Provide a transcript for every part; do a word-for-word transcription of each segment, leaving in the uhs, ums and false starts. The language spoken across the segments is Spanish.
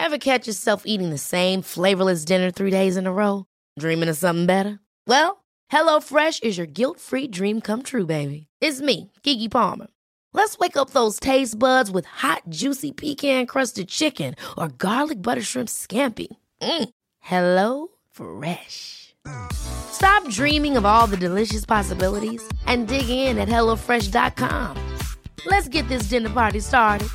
Ever catch yourself eating the same flavorless dinner three days in a row? Dreaming of something better? Well, HelloFresh is your guilt-free dream come true, baby. It's me, Keke Palmer. Let's wake up those taste buds with hot, juicy pecan-crusted chicken or garlic butter shrimp scampi. Mm. Hello Fresh. Stop dreaming of all the delicious possibilities and dig in at hello fresh dot com. Let's get this dinner party started.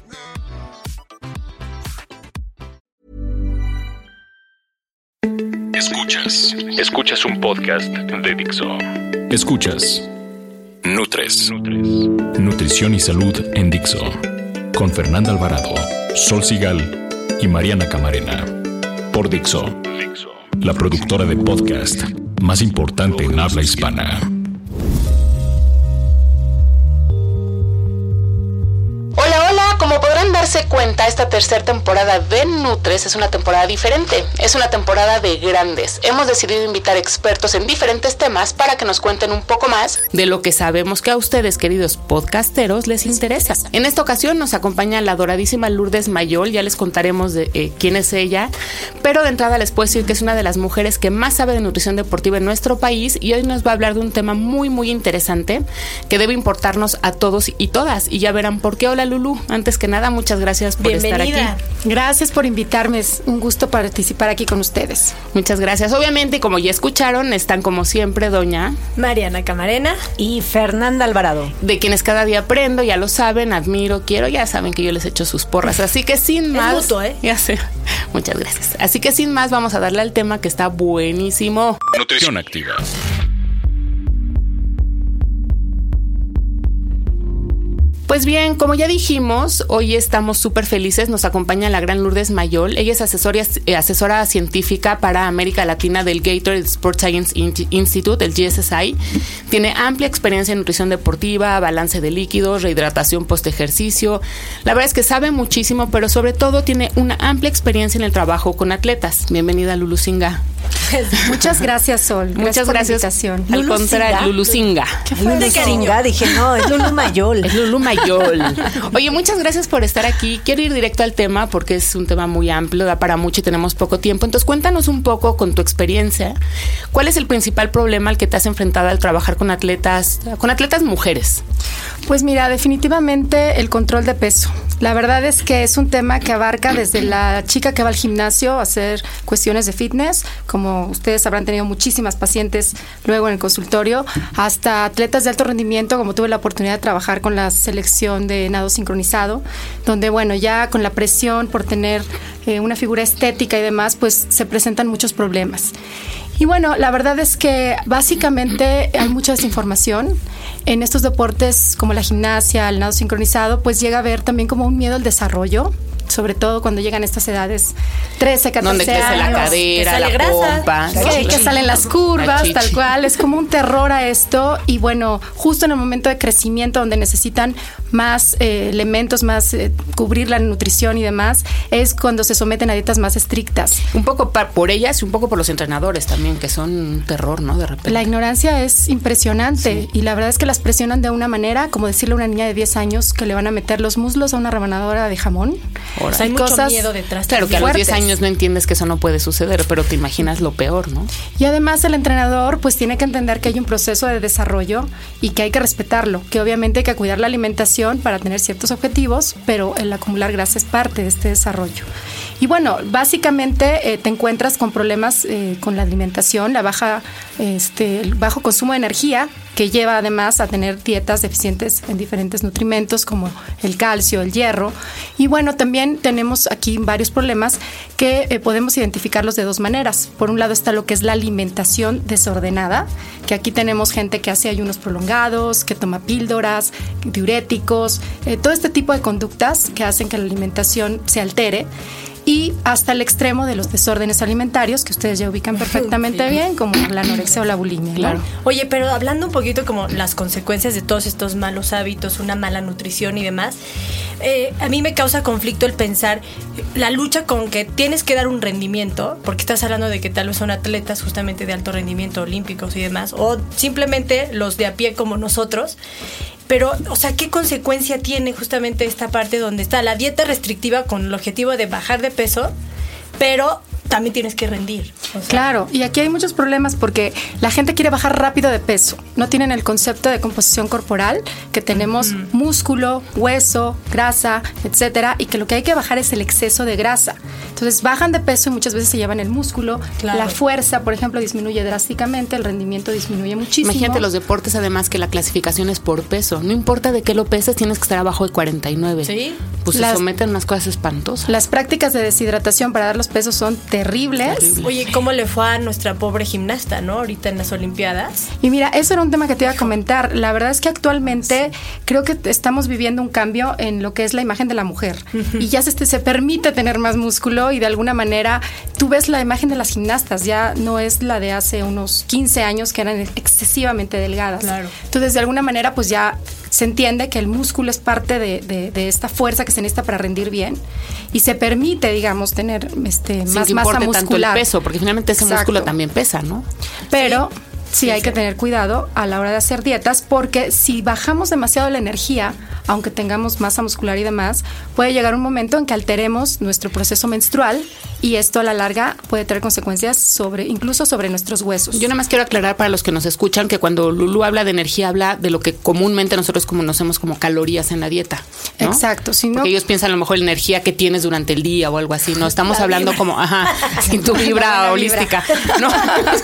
Escuchas, escuchas un podcast de Dixo. Escuchas Nutres, Nutrición y Salud en Dixo, con Fernanda Alvarado, Sol Sigal y Mariana Camarena. Por Dixo, la productora de podcast más importante en habla hispana. Hola, hola, como podrán darse cuenta, esta tercera temporada de Nutres es una temporada diferente, es una temporada de grandes. Hemos decidido invitar expertos en diferentes temas para que nos cuenten un poco más de lo que sabemos que a ustedes, queridos podcasteros, les interesa. En esta ocasión nos acompaña la doradísima Lourdes Mayol, ya les contaremos de eh, quién es ella, pero de entrada les puedo decir que es una de las mujeres que más sabe de nutrición deportiva en nuestro país y hoy nos va a hablar de un tema muy, muy interesante que debe importarnos a todos y todas, y ya verán por qué. Hola, Lulú, antes que nada, muchas gracias por Bienvenida. estar aquí. Gracias por invitarme, es un gusto participar aquí con ustedes. Muchas gracias. Obviamente, como ya escucharon, están como siempre doña Mariana Camarena y Fernanda Alvarado, de quienes cada día aprendo, ya lo saben, admiro, quiero, ya saben que yo les echo sus porras, así que sin más, es mutuo, ¿eh? Ya sé, muchas gracias. Así que sin más, vamos a darle al tema que está buenísimo. Nutrición activa. Pues bien, como ya dijimos, hoy estamos súper felices. Nos acompaña la gran Lourdes Mayol. Ella es asesora, eh, asesora científica para América Latina del Gatorade Sport Science Institute, el G S S I. Tiene amplia experiencia en nutrición deportiva, balance de líquidos, rehidratación post-ejercicio. La verdad es que sabe muchísimo, pero sobre todo tiene una amplia experiencia en el trabajo con atletas. Bienvenida, Lulucinga. Muchas gracias, Sol. Gracias Muchas por gracias. La invitación. Al contrario, Lulucinga. ¿Qué fue de cariño? Dije, no, es Lulu Mayol. Es Lulu Mayol. Oye, muchas gracias por estar aquí. Quiero ir directo al tema porque es un tema muy amplio, da para mucho y tenemos poco tiempo. Entonces, cuéntanos un poco con tu experiencia. ¿Cuál es el principal problema al que te has enfrentado al trabajar con atletas, con atletas mujeres? Pues mira, definitivamente el control de peso. La verdad es que es un tema que abarca desde la chica que va al gimnasio a hacer cuestiones de fitness, como ustedes habrán tenido muchísimas pacientes luego en el consultorio, hasta atletas de alto rendimiento, como tuve la oportunidad de trabajar con la selección de nado sincronizado, donde bueno, ya con la presión por tener eh, una figura estética y demás, pues se presentan muchos problemas. Y bueno, la verdad es que básicamente hay mucha desinformación. En estos deportes como la gimnasia, el nado sincronizado, pues llega a haber también como un miedo al desarrollo, sobre todo cuando llegan a estas edades, trece, catorce donde crece años. la cadera, la grasa, pompa. Que, que salen las curvas, tal cual. Es como un terror a esto. Y bueno, justo en el momento de crecimiento donde necesitan más eh, elementos, más eh, cubrir la nutrición y demás, es cuando se someten a dietas más estrictas. Un poco pa- por ellas y un poco por los entrenadores también, que son un terror, ¿no? De repente. La ignorancia es impresionante, sí. Y la verdad es que las presionan de una manera, como decirle a una niña de diez años que le van a meter los muslos a una rebanadora de jamón. O sea, hay mucho miedo detrás. Claro, que a fuertes. los diez años no entiendes que eso no puede suceder, pero te imaginas lo peor, ¿no? Y además el entrenador pues tiene que entender que hay un proceso de desarrollo y que hay que respetarlo, que obviamente hay que cuidar la alimentación para tener ciertos objetivos, pero el acumular grasa es parte de este desarrollo. Y bueno, básicamente eh, te encuentras con problemas eh, con la alimentación, la baja, este, el bajo consumo de energía, que lleva además a tener dietas deficientes en diferentes nutrimentos como el calcio, el hierro. Y bueno, también tenemos aquí varios problemas que eh, podemos identificarlos de dos maneras. Por un lado está lo que es la alimentación desordenada, que aquí tenemos gente que hace ayunos prolongados, que toma píldoras, diuréticos, eh, todo este tipo de conductas que hacen que la alimentación se altere. Y hasta el extremo de los desórdenes alimentarios que ustedes ya ubican perfectamente sí. bien, como la anorexia o la bulimia. Claro. ¿No? Oye, pero hablando un poquito como las consecuencias de todos estos malos hábitos, una mala nutrición y demás, eh, a mí me causa conflicto el pensar la lucha con que tienes que dar un rendimiento, porque estás hablando de que tal vez son atletas justamente de alto rendimiento, olímpicos y demás, o simplemente los de a pie como nosotros. Pero, o sea, ¿qué consecuencia tiene justamente esta parte donde está la dieta restrictiva con el objetivo de bajar de peso pero también tienes que rendir. O sea. Claro, y aquí hay muchos problemas porque la gente quiere bajar rápido de peso. No tienen el concepto de composición corporal, que tenemos mm. músculo, hueso, grasa, etcétera, y que lo que hay que bajar es el exceso de grasa. Entonces bajan de peso y muchas veces se llevan el músculo. Claro. La fuerza, por ejemplo, disminuye drásticamente, el rendimiento disminuye muchísimo. Imagínate los deportes, además, que la clasificación es por peso. No importa de qué lo peses, tienes que estar abajo de cuarenta y nueve. Sí. Pues las, se someten a unas cosas espantosas. Las prácticas de deshidratación para dar los pesos son terribles. Terrible. Oye, ¿cómo le fue a nuestra pobre gimnasta, no? Ahorita en las Olimpiadas. Y mira, eso era un tema que te iba a comentar. La verdad es que actualmente sí. creo que estamos viviendo un cambio en lo que es la imagen de la mujer. Uh-huh. Y ya se, se permite tener más músculo y de alguna manera tú ves la imagen de las gimnastas, ya no es la de hace unos quince años que eran excesivamente delgadas. Claro. Entonces, de alguna manera, pues ya se entiende que el músculo es parte de, de, de esta fuerza que se necesita para rendir bien y se permite, digamos, tener este, Sin más que masa importe muscular. Tanto el peso, porque finalmente ese Exacto. músculo también pesa, ¿no? Pero sí, sí, sí hay sí. que tener cuidado a la hora de hacer dietas, porque si bajamos demasiado la energía, aunque tengamos masa muscular y demás, puede llegar un momento en que alteremos nuestro proceso menstrual y esto a la larga puede tener consecuencias sobre, incluso sobre nuestros huesos. Yo nada más quiero aclarar para los que nos escuchan que cuando Lulú habla de energía, habla de lo que comúnmente nosotros conocemos como calorías en la dieta, ¿no? Exacto. Si no, porque ellos piensan a lo mejor la energía que tienes durante el día o algo así. No, estamos la hablando vibra. como, ajá, sin tu vibra la holística. Vibra. No,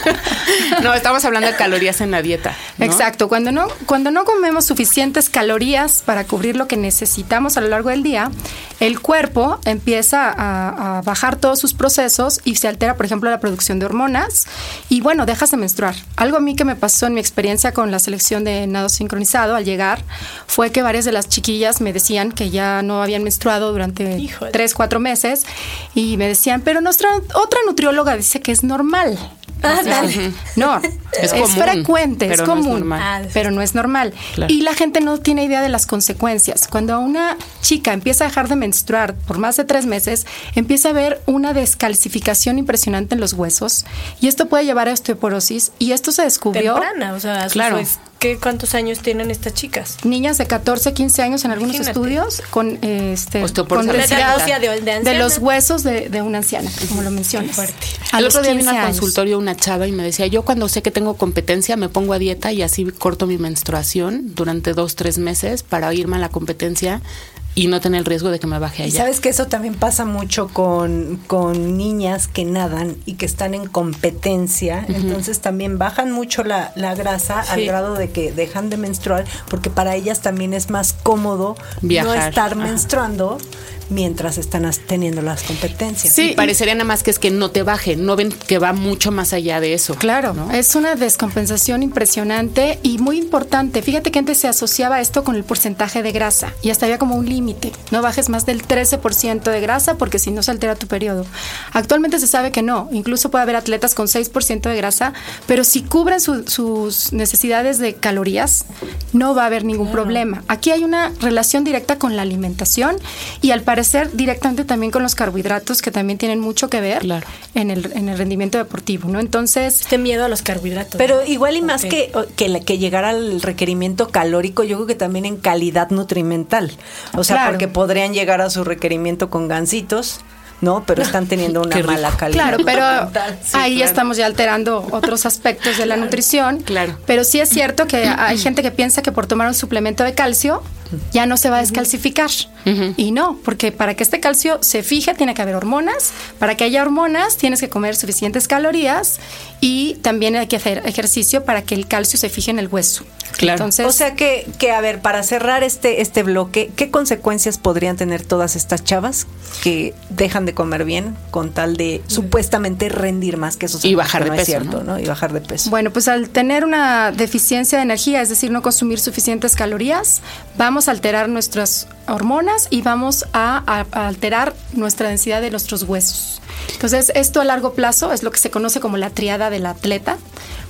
no, estamos hablando de calorías en la dieta, ¿no? Exacto. Cuando no, cuando no comemos suficientes calorías para cubrir lo que necesitamos a lo largo del día, el cuerpo empieza a, a bajar todos sus procesos y se altera, por ejemplo, la producción de hormonas y bueno, dejas de menstruar. Algo a mí que me pasó en mi experiencia con la selección de nado sincronizado al llegar fue que varias de las chiquillas me decían que ya no habían menstruado durante Híjole. tres, cuatro meses y me decían, pero nuestra otra nutrióloga dice que es normal. Ah, no, es, es común, frecuente, es común, no es ah, pero no es normal. Claro. Y la gente no tiene idea de las consecuencias. Cuando una chica empieza a dejar de menstruar por más de tres meses, empieza a haber una descalcificación impresionante en los huesos y esto puede llevar a osteoporosis y esto se descubrió. Temprana, o sea, claro. Pues, ¿qué, ¿cuántos años tienen estas chicas? Niñas de catorce, quince años en algunos Imagínate. estudios con, este, con densidad de, de, de los huesos de, de una anciana, como lo mencionas. Fuerte. El otro día vino al consultorio una chava y me decía, yo cuando sé que tengo competencia me pongo a dieta y así corto mi menstruación durante dos, tres meses para irme a la competencia y no tener el riesgo de que me baje allá. Y sabes que eso también pasa mucho con, con niñas que nadan y que están en competencia, uh-huh. entonces también bajan mucho la, la grasa sí. al grado de que dejan de menstruar, porque para ellas también es más cómodo Viajar. no estar Ajá. menstruando mientras están teniendo las competencias. Sí, y parecería nada más que es que no te baje, no ven que va mucho más allá de eso. Claro, ¿no? Es una descompensación impresionante y muy importante. Fíjate que antes se asociaba esto con el porcentaje de grasa y hasta había como un límite. No bajes más del trece por ciento de grasa porque si no se altera tu periodo. Actualmente se sabe que no. Incluso puede haber atletas con seis por ciento de grasa, pero si cubren su, sus necesidades de calorías, no va a haber ningún claro. problema. Aquí hay una relación directa con la alimentación y al parecer directamente también con los carbohidratos que también tienen mucho que ver claro. en el en el rendimiento deportivo, ¿no? Entonces, este miedo a los carbohidratos. Pero ¿no? igual y más okay. que, que que llegar al requerimiento calórico, yo creo que también en calidad nutrimental. O sea, claro. porque podrían llegar a su requerimiento con gansitos, ¿no? Pero están teniendo una mala calidad. Claro, pero sí, ahí claro. estamos ya alterando otros aspectos de la claro. nutrición. Claro. Pero sí es cierto que hay gente que piensa que por tomar un suplemento de calcio ya no se va a descalcificar. Uh-huh. Y no, porque para que este calcio se fije tiene que haber hormonas. Para que haya hormonas tienes que comer suficientes calorías y también hay que hacer ejercicio para que el calcio se fije en el hueso. Claro. Entonces, o sea que, que, a ver, para cerrar este, este bloque, ¿qué consecuencias podrían tener todas estas chavas que dejan de comer bien con tal de supuestamente rendir más, que eso y bajar de no peso, es cierto, ¿no? ¿no? Y bajar de peso. Bueno, pues al tener una deficiencia de energía, es decir, no consumir suficientes calorías, vamos a alterar nuestras hormonas y vamos a, a, a alterar nuestra densidad de nuestros huesos. Entonces, esto a largo plazo es lo que se conoce como la triada del atleta.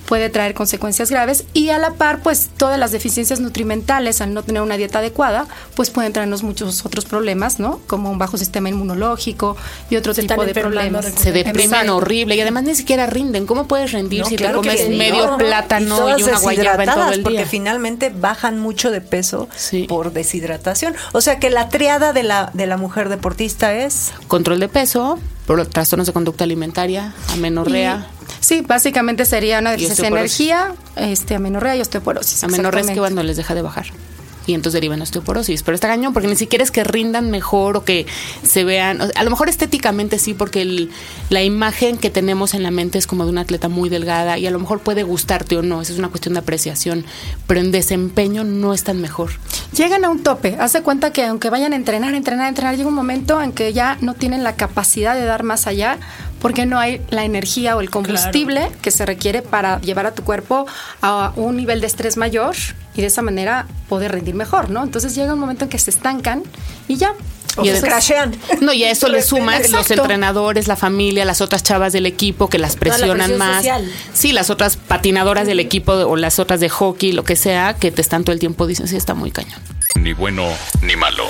puede traer consecuencias graves y a la par, pues todas las deficiencias nutrimentales al no tener una dieta adecuada, pues pueden traernos muchos otros problemas, ¿no? Como un bajo sistema inmunológico y otro Se tipo de están enfermando, problemas. Se deprimen Exacto. horrible y además ni siquiera rinden. ¿Cómo puedes rendir No, si claro te que comes sí. medio No, plátano y, todas una guayaba en todo el día? Porque finalmente bajan mucho de peso Sí. por deshidratación. O sea que la triada de la, de la mujer deportista es... Control de peso, por trastornos de conducta alimentaria, amenorrea. Y, sí, básicamente sería una deficiencia de osteoporosis. energía, este, amenorrea y osteoporosis. Amenorrea es que exactamente. cuando les deja de bajar. Y entonces derivan osteoporosis. Pero está cañón porque ni siquiera es que rindan mejor o que se vean. A lo mejor estéticamente sí, porque el, la imagen que tenemos en la mente es como de una atleta muy delgada y a lo mejor puede gustarte o no. Esa es una cuestión de apreciación. Pero en desempeño no es tan mejor. Llegan a un tope. Haz de cuenta que aunque vayan a entrenar, entrenar, entrenar, llega un momento en que ya no tienen la capacidad de dar más allá porque no hay la energía o el combustible claro. que se requiere para llevar a tu cuerpo a un nivel de estrés mayor y de esa manera poder rendir mejor, ¿no? Entonces llega un momento en que se estancan y ya. O y se crashean. No, y a eso le suman los entrenadores, la familia, las otras chavas del equipo que las presionan más. Social. Sí, las otras patinadoras uh-huh. del equipo o las otras de hockey, lo que sea, que te están todo el tiempo diciendo, sí, está muy cañón. Ni bueno ni malo.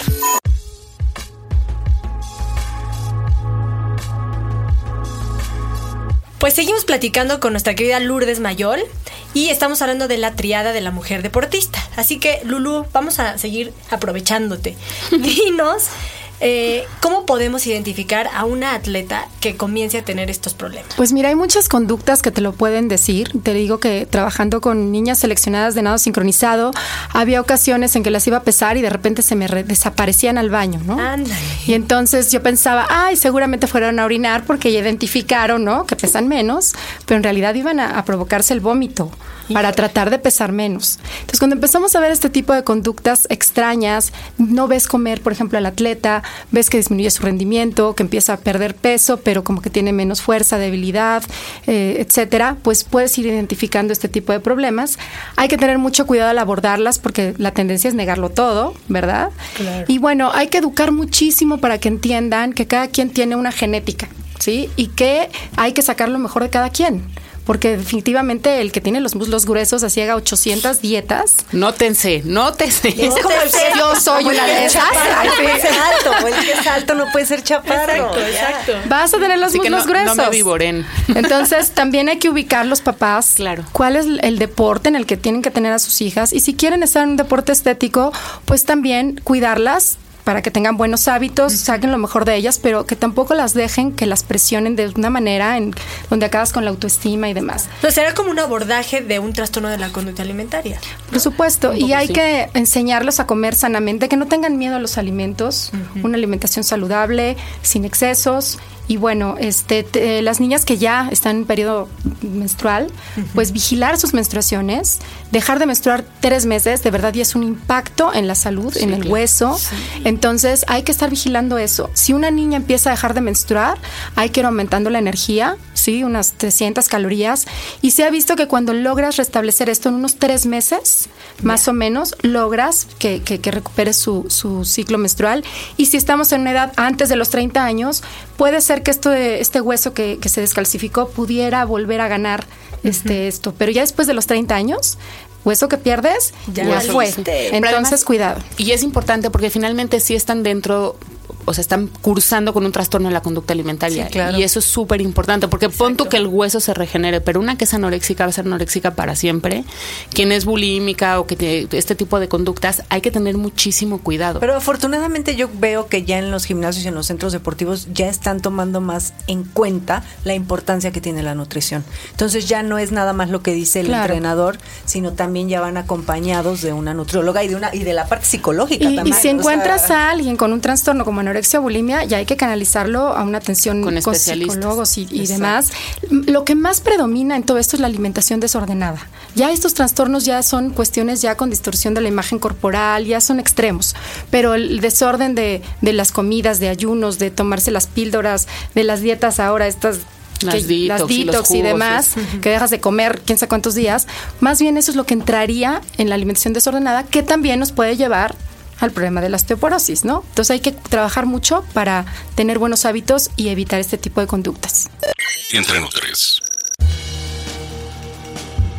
Pues seguimos platicando con nuestra querida Lourdes Mayol y estamos hablando de la triada de la mujer deportista. Así que, Lulú, vamos a seguir aprovechándote. Dinos, eh, ¿cómo podemos identificar a una atleta que comience a tener estos problemas? Pues mira, hay muchas conductas que te lo pueden decir. Te digo que trabajando con niñas seleccionadas de nado sincronizado, había ocasiones en que las iba a pesar y de repente se me re- desaparecían al baño, ¿no? Ándale. Y entonces yo pensaba, ay, seguramente fueron a orinar porque ya identificaron, ¿no? Que pesan menos, pero en realidad iban a, a provocarse el vómito para tratar de pesar menos. Entonces, cuando empezamos a ver este tipo de conductas extrañas, no ves comer, por ejemplo, al atleta, ves que disminuye su rendimiento, que empieza a perder peso, pero como que tiene menos fuerza, debilidad, eh, etcétera, pues puedes ir identificando este tipo de problemas. Hay que tener mucho cuidado al abordarlas porque la tendencia es negarlo todo, ¿verdad? Claro. Y bueno, hay que educar muchísimo para que entiendan que cada quien tiene una genética, ¿sí? Y que hay que sacar lo mejor de cada quien. Porque definitivamente el que tiene los muslos gruesos así haga ochocientas dietas. Nótense, nótense. Es como el que yo soy una de esas. No puede ser alto, el que es alto no puede ser chaparro. Exacto, exacto. Vas a tener los Así muslos no, gruesos. No me vivoren. Entonces también hay que ubicar los papás. Claro. ¿Cuál es el deporte en el que tienen que tener a sus hijas? Y si quieren estar en un deporte estético, pues también cuidarlas para que tengan buenos hábitos, uh-huh. saquen lo mejor de ellas, pero que tampoco las dejen que las presionen de una manera en donde acabas con la autoestima y demás. Entonces será como un abordaje de un trastorno de la conducta alimentaria. Por supuesto, y hay sí. que enseñarlos a comer sanamente, que no tengan miedo a los alimentos, uh-huh. una alimentación saludable, sin excesos. Y bueno, este, te, las niñas que ya están en periodo menstrual, uh-huh. pues vigilar sus menstruaciones, dejar de menstruar tres meses, de verdad, y es un impacto en la salud, sí, en el claro. hueso. Sí. Entonces, hay que estar vigilando eso. Si una niña empieza a dejar de menstruar, hay que ir aumentando la energía, sí, unas trescientas calorías. Y se ha visto que cuando logras restablecer esto en unos tres meses, más yeah. o menos, logras que, que, que recupere su, su ciclo menstrual. Y si estamos en una edad antes de los treinta años, puede ser que esto de, este hueso que, que se descalcificó pudiera volver a ganar uh-huh. este esto, pero ya después de los treinta años, hueso que pierdes, ya, ya fue. Entonces, además, cuidado. Y es importante porque finalmente sí están dentro, o sea, están cursando con un trastorno de la conducta alimentaria. Sí, claro. Y eso es súper importante, porque Exacto. pon tú que el hueso se regenere, pero una que es anoréxica va a ser anoréxica para siempre. Quien es bulímica o que tiene este tipo de conductas, hay que tener muchísimo cuidado. Pero afortunadamente yo veo que ya en los gimnasios y en los centros deportivos ya están tomando más en cuenta la importancia que tiene la nutrición. Entonces ya no es nada más lo que dice el claro. entrenador, sino también ya van acompañados de una nutrióloga y de una y de la parte psicológica y, también. Y si encuentras sea, a alguien con un trastorno como anorexia o bulimia, ya hay que canalizarlo a una atención con, con psicólogos y, y demás. Lo que más predomina en todo esto es la alimentación desordenada. Ya estos trastornos ya son cuestiones ya con distorsión de la imagen corporal, ya son extremos, pero el desorden de, de las comidas, de ayunos, de tomarse las píldoras, de las dietas ahora, estas Las que, detox, las detox y, y demás, sí. que dejas de comer quién sabe cuántos días, más bien eso es lo que entraría en la alimentación desordenada, que también nos puede llevar al problema de la osteoporosis, ¿no? Entonces hay que trabajar mucho para tener buenos hábitos y evitar este tipo de conductas. Entre Nutres.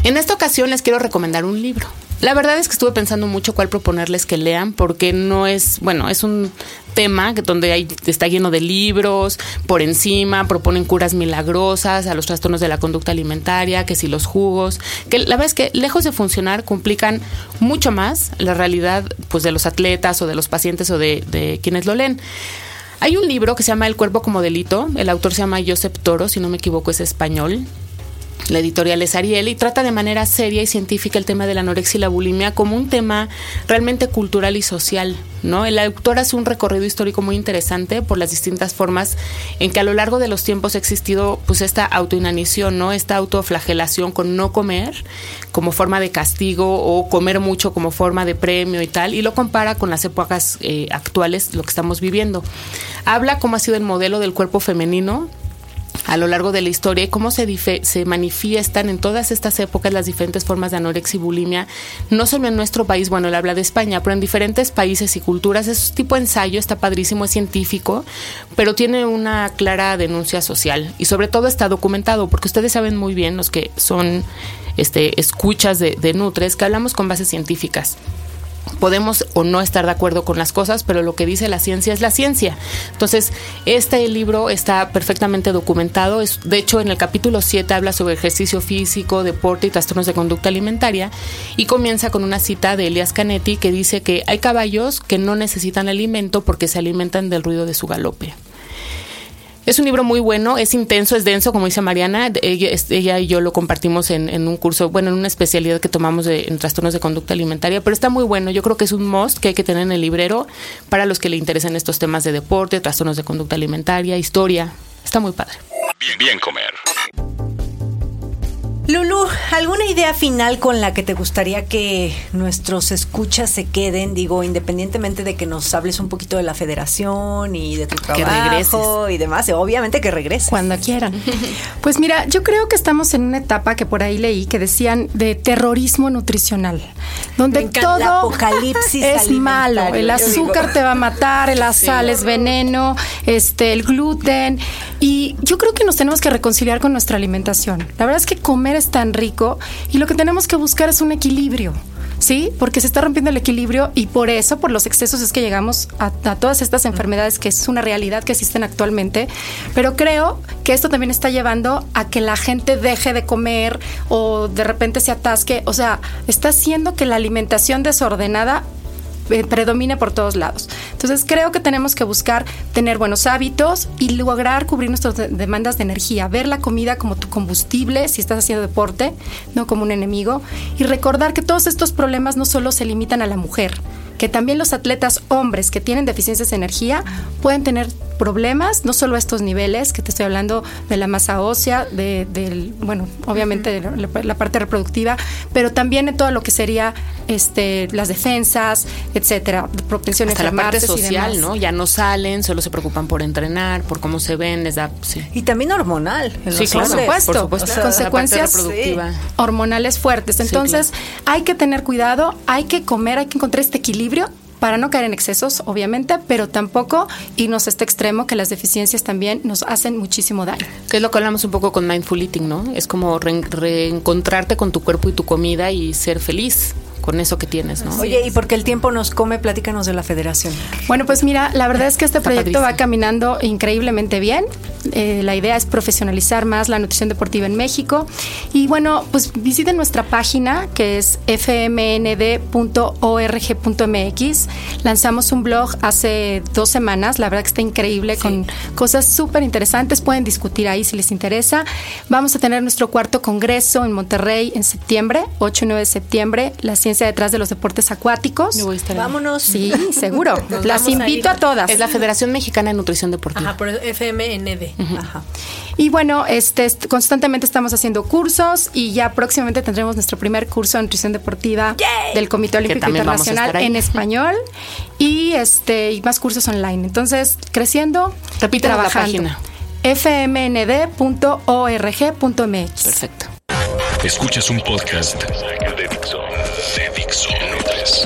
En esta ocasión les quiero recomendar un libro. La verdad es que estuve pensando mucho cuál proponerles que lean, porque no es, bueno, es un tema donde hay, está lleno de libros, por encima proponen curas milagrosas a los trastornos de la conducta alimentaria, que si los jugos, que la verdad es que lejos de funcionar complican mucho más la realidad pues de los atletas o de los pacientes o de, de quienes lo leen. Hay un libro que se llama El cuerpo como delito, el autor se llama Josep Toro, si no me equivoco es español. La editorial es Ariel y trata de manera seria y científica el tema de la anorexia y la bulimia como un tema realmente cultural y social, ¿no? El autor hace un recorrido histórico muy interesante por las distintas formas en que a lo largo de los tiempos ha existido pues esta autoinanición, ¿no? Esta autoflagelación con no comer como forma de castigo o comer mucho como forma de premio y tal, y lo compara con las épocas eh, actuales, lo que estamos viviendo. Habla cómo ha sido el modelo del cuerpo femenino a lo largo de la historia y cómo se, dife- se manifiestan en todas estas épocas las diferentes formas de anorexia y bulimia, no solo en nuestro país, bueno, él habla de España, pero en diferentes países y culturas. Es tipo ensayo, está padrísimo, es científico, pero tiene una clara denuncia social y sobre todo está documentado, porque ustedes saben muy bien, los que son este, escuchas de, de Nutres, que hablamos con bases científicas. Podemos o no estar de acuerdo con las cosas, pero lo que dice la ciencia es la ciencia. Entonces, este libro está perfectamente documentado. Es, de hecho, en el capítulo siete habla sobre ejercicio físico, deporte y trastornos de conducta alimentaria, y comienza con una cita de Elias Canetti que dice que hay caballos que no necesitan alimento porque se alimentan del ruido de su galope. Es un libro muy bueno, es intenso, es denso, como dice Mariana. Ella, ella y yo lo compartimos en, en un curso, bueno, en una especialidad que tomamos de, en trastornos de conducta alimentaria, pero está muy bueno. Yo creo que es un must que hay que tener en el librero para los que le interesan estos temas de deporte, trastornos de conducta alimentaria, historia. Está muy padre. Bien, bien comer. Lulú, ¿alguna idea final con la que te gustaría que nuestros escuchas se queden? Digo, independientemente de que nos hables un poquito de la federación y de tu trabajo y demás, obviamente que regreses. Cuando quieran. Pues mira, yo creo que estamos en una etapa que por ahí leí que decían de terrorismo nutricional, donde todo el apocalipsis es malo. El azúcar te va a matar, la sí. sal es veneno, este, el gluten. Y yo creo que nos tenemos que reconciliar con nuestra alimentación. La verdad es que comer es tan rico y lo que tenemos que buscar es un equilibrio, ¿sí? Porque se está rompiendo el equilibrio y por eso, por los excesos es que llegamos a, a todas estas enfermedades que es una realidad que existen actualmente, pero creo que esto también está llevando a que la gente deje de comer o de repente se atasque, o sea, está haciendo que la alimentación desordenada predomina por todos lados. Entonces creo que tenemos que buscar tener buenos hábitos y lograr cubrir nuestras de- demandas de energía, ver la comida como tu combustible si estás haciendo deporte, no como un enemigo, y recordar que todos estos problemas no solo se limitan a la mujer, que también los atletas hombres que tienen deficiencias de energía pueden tener problemas, no solo a estos niveles, que te estoy hablando de la masa ósea, de, del, bueno, obviamente de la, la parte reproductiva, pero también en todo lo que sería este, las defensas, etcétera, propensión a hasta la parte enfermarse social, y demás. ¿no? Ya no salen, solo se preocupan por entrenar, por cómo se ven, les da... Sí, y también hormonal. En sí los claro, hombres. por supuesto, por supuesto. o sea, consecuencias reproductiva. sí. hormonales fuertes. Entonces, Sí, claro. hay que tener cuidado, hay que comer, hay que encontrar este equilibrio para no caer en excesos, obviamente, pero tampoco irnos a este extremo que las deficiencias también nos hacen muchísimo daño. Que es lo que hablamos un poco con Mindful Eating, ¿no? Es como re- reencontrarte con tu cuerpo y tu comida y ser feliz con eso que tienes, ¿no? Oye, y porque el tiempo nos come, platícanos de la federación. Bueno, pues mira, la verdad es que este Está proyecto padrísimo. va caminando increíblemente bien. Eh, la idea es profesionalizar más la nutrición deportiva en México. Y bueno, pues visiten nuestra página que es f m n d punto org punto m x. Lanzamos un blog hace dos semanas, la verdad que está increíble, sí. con cosas súper interesantes. Pueden discutir ahí si les interesa. Vamos a tener nuestro cuarto congreso en Monterrey en septiembre, ocho y nueve de septiembre, la ciencia detrás de los deportes acuáticos. Yo voy a estar ahí. Vámonos. Sí, seguro. Nos Las vamos invito ahí. a todas. Es la Federación Mexicana de Nutrición Deportiva. Ajá, por F M N D. Uh-huh. Ajá. Y bueno, este est- constantemente estamos haciendo cursos y ya próximamente tendremos nuestro primer curso de nutrición deportiva ¡Yay! del Comité Olímpico también vamos a Internacional estar ahí. en español y este y más cursos online. Entonces, creciendo, Repítanos la trabajando. página. f m n d punto org punto m x. Perfecto. Escuchas un podcast de Dixo. De Dixo Nutres.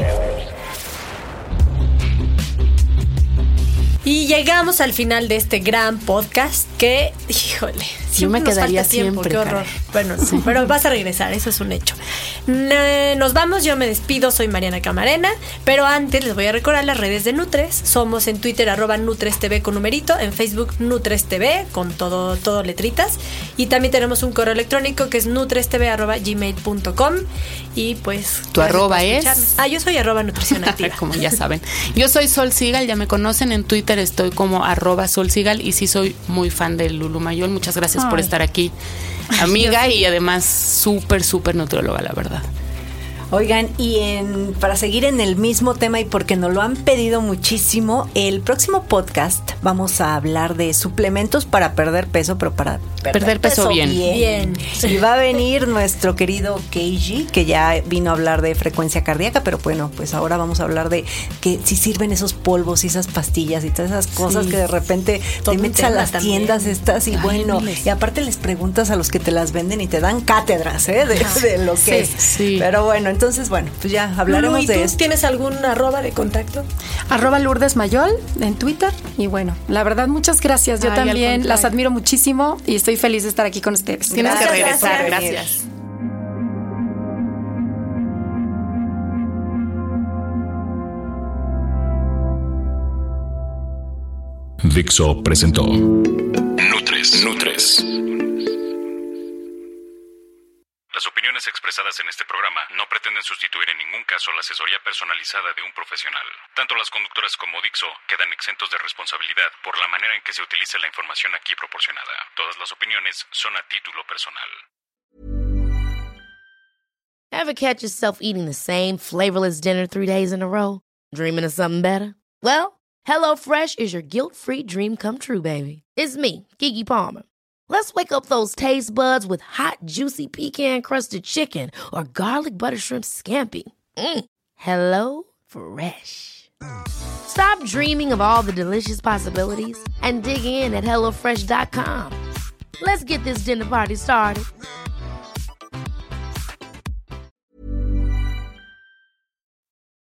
Y llegamos al final de este gran podcast que, híjole, Yo me nos quedaría falta tiempo, siempre. qué horror. Caray. Bueno, sí. Pero vas a regresar, eso es un hecho. Nos vamos, yo me despido, soy Mariana Camarena, pero antes les voy a recordar las redes de Nutres. Somos en Twitter arroba Nutres T V con numerito, en Facebook Nutres T V con todo, todo letritas, y también tenemos un correo electrónico que es nutrestv arroba gmail punto com. Y pues tu arroba es ah yo soy arroba nutrición activa. Como ya saben, yo soy Sol Sigal, ya me conocen, en Twitter estoy como arroba Sol Sigal, y sí soy muy fan de Lulu Mayol. Muchas gracias Ay. por estar aquí, amiga, y además súper súper nutrióloga, la verdad. Oigan, y en, para seguir en el mismo tema y porque nos lo han pedido muchísimo, el próximo podcast vamos a hablar de suplementos para perder peso, pero para perder, perder peso, peso bien. bien. bien. Y va a venir nuestro querido Keiji, que ya vino a hablar de frecuencia cardíaca, pero bueno, pues ahora vamos a hablar de que si sirven esos polvos y esas pastillas y todas esas cosas sí. que de repente Todo te metes a las también. tiendas estas y Ay, bueno, miles. y aparte les preguntas a los que te las venden y te dan cátedras, ¿eh? De, de lo que sí, es. Sí. Pero bueno, entonces, bueno, pues ya hablaremos ¿Y de tú esto. ¿Tienes algún arroba de contacto? Arroba Lourdes Mayol en Twitter. Y bueno, la verdad, muchas gracias. Yo Ay, también las admiro muchísimo y estoy feliz de estar aquí con ustedes. Tienes gracias, que regresar. Gracias. gracias. Dixo presentó Nutres. Nutres. Las opiniones expresadas en este programa no pretenden sustituir en ningún caso la asesoría personalizada de un profesional. Tanto las conductoras como Dixo quedan exentos de responsabilidad por la manera en que se utiliza la información aquí proporcionada. Todas las opiniones son a título personal. Ever catch yourself eating the same flavorless dinner three days in a row? Dreaming of something better? Well, HelloFresh is your guilt-free dream come true, baby. It's me, Keke Palmer. Let's wake up those taste buds with hot, juicy pecan-crusted chicken or garlic butter shrimp scampi. Mm. Hello Fresh. Stop dreaming of all the delicious possibilities and dig in at hello fresh dot com. Let's get this dinner party started.